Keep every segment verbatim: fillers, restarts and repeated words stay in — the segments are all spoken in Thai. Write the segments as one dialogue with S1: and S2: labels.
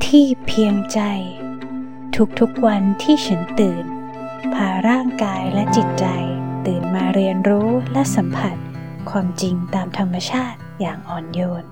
S1: ที่เพียงใจทุกๆวันที่ฉันตื่นพาร่างกายและจิตใจตื่นมาเรียนรู้และสัมผัสความจริงตามธรรมชาติอย่างอ่อนโยน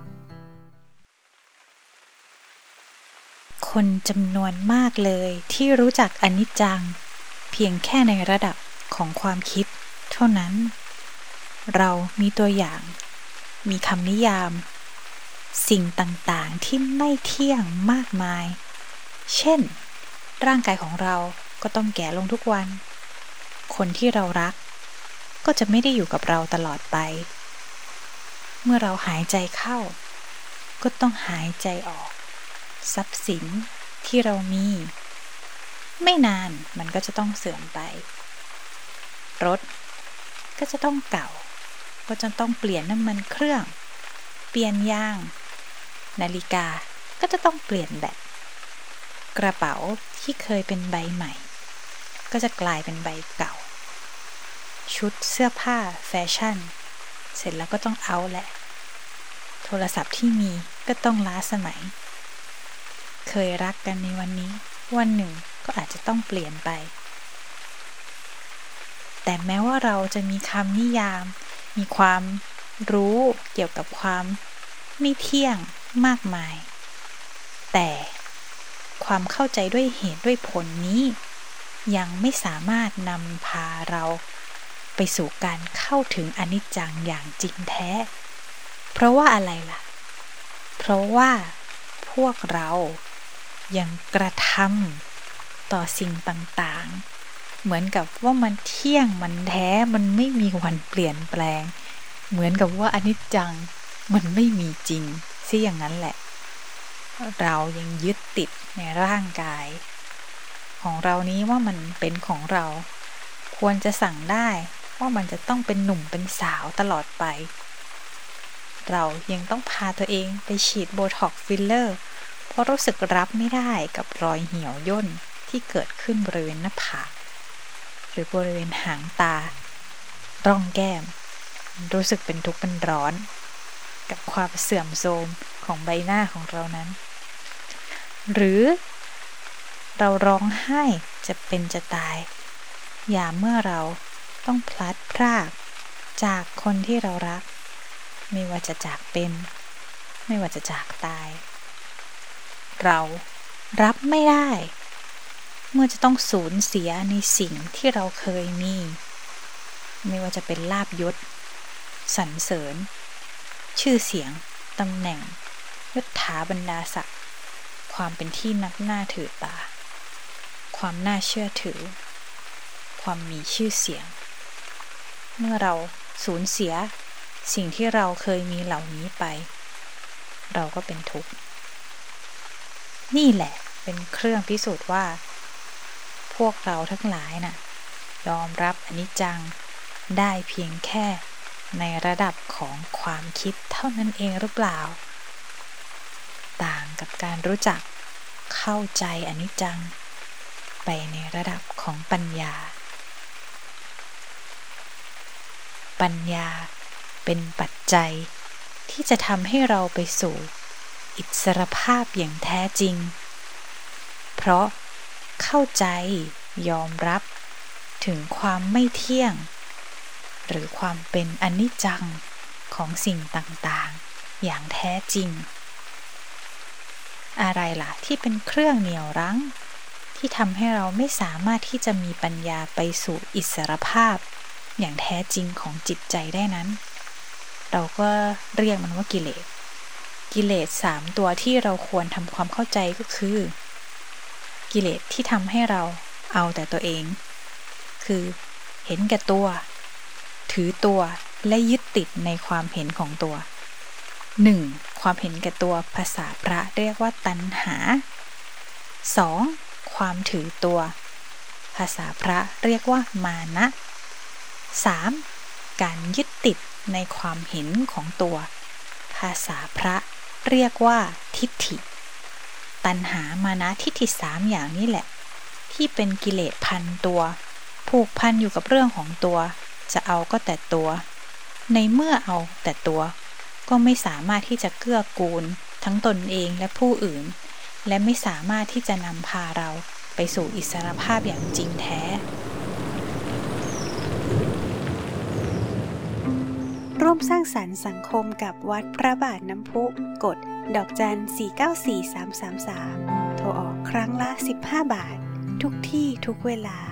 S1: คนจำนวนมากเลยที่รู้จักอนิจจังเพียงแค่ในระดับของความคิดเท่านั้นเรามีตัวอย่างมีคำนิยามสิ่งต่างๆที่ไม่เที่ยงมากมายเช่นร่างกายของเราก็ต้องแก่ลงทุกวันคนที่เรารักก็จะไม่ได้อยู่กับเราตลอดไปเมื่อเราหายใจเข้าก็ต้องหายใจออกทรัพย์สินที่เรามีไม่นานมันก็จะต้องเสื่อมไปรถก็จะต้องเก่าก็จะต้องเปลี่ยนน้ำมันเครื่องเปลี่ยนยางนาฬิกาก็จะต้องเปลี่ยนแบตกระเป๋าที่เคยเป็นใบใหม่ก็จะกลายเป็นใบเก่าชุดเสื้อผ้าแฟชั่นเสร็จแล้วก็ต้องเอาแหละโทรศัพท์ที่มีก็ต้องล้าสมัยเคยรักกันในวันนี้วันหนึ่งก็อาจจะต้องเปลี่ยนไปแต่แม้ว่าเราจะมีคำนิยามมีความรู้เกี่ยวกับความไม่เที่ยงมากมายแต่ความเข้าใจด้วยเหตุด้วยผลนี้ยังไม่สามารถนำพาเราไปสู่การเข้าถึงอนิจจังอย่างจริงแท้เพราะว่าอะไรล่ะเพราะว่าพวกเรายังกระทำต่อสิ่งต่างๆเหมือนกับว่ามันเที่ยงมันแท้มันไม่มีวันเปลี่ยนแปลงเหมือนกับว่าอนิจจังมันไม่มีจริงซิอย่างนั้นแหละเรายังยึดติดในร่างกายของเรานี้ว่ามันเป็นของเราควรจะสั่งได้ว่ามันจะต้องเป็นหนุ่มเป็นสาวตลอดไปเรายังต้องพาตัวเองไปฉีดโบท็อกซ์ฟิลเลอร์เพราะรู้สึกรับไม่ได้กับรอยเหี่ยวย่นที่เกิดขึ้นบริเวณหน้าผากหรือบริเวณหางตาร่องแก้มรู้สึกเป็นทุกข์เป็นร้อนกับความเสื่อมโทรมของใบหน้าของเรานั้นหรือเราร้องไห้จะเป็นจะตายยามเมื่อเราต้องพลัดพรากจากคนที่เรารักไม่ว่าจะจากเป็นไม่ว่าจะจากตายเรารับไม่ได้เมื่อจะต้องสูญเสียในสิ่งที่เราเคยมีไม่ว่าจะเป็นลาภยศสรรเสริญชื่อเสียงตำแหน่งยศถาบรรดาศักดิ์ความเป็นที่นับหน้าถือตาความน่าเชื่อถือความมีชื่อเสียงเมื่อเราสูญเสียสิ่งที่เราเคยมีเหล่านี้ไปเราก็เป็นทุกข์นี่แหละเป็นเครื่องพิสูจน์ว่าพวกเราทั้งหลายน่ะยอมรับอนิจจังได้เพียงแค่ในระดับของความคิดเท่านั้นเองหรือเปล่าต่างกับการรู้จักเข้าใจอนิจจังไปในระดับของปัญญาปัญญาเป็นปัจจัยที่จะทำให้เราไปสู่อิสรภาพอย่างแท้จริงเพราะเข้าใจยอมรับถึงความไม่เที่ยงหรือความเป็นอนิจจังของสิ่งต่างๆอย่างแท้จริงอะไรล่ะที่เป็นเครื่องเหนี่ยวรั้งที่ทำให้เราไม่สามารถที่จะมีปัญญาไปสู่อิสรภาพอย่างแท้จริงของจิตใจได้นั้นเราก็เรียกมันว่ากิเลสกิเลสสามตัวที่เราควรทำความเข้าใจก็คือกิเลสที่ทำให้เราเอาแต่ตัวเองคือเห็นแก่ตัวถือตัวและยึดติดในความเห็นของตัวหนึ่งความเห็นแก่ตัวภาษาพระเรียกว่าตัณหาสองความถือตัวภาษาพระเรียกว่ามานะสามการยึดติดในความเห็นของตัวภาษาพระเรียกว่าทิฏฐิตัณหามานะทิฏฐิสามอย่างนี้แหละที่เป็นกิเลสพันตัวผูกพันอยู่กับเรื่องของตัวจะเอาก็แต่ตัวในเมื่อเอาแต่ตัวก็ไม่สามารถที่จะเกื้อกูลทั้งตนเองและผู้อื่นและไม่สามารถที่จะนำพาเราไปสู่อิสรภาพอย่างจริงแท้
S2: ร่วมสร้างสรรค์สังคมกับวัดพระบาทน้ำพุกดดอกจัน สี่ เก้า สี่ สาม สาม สาม โทรออกครั้งละ สิบห้า บาท ทุกที่ทุกเวลา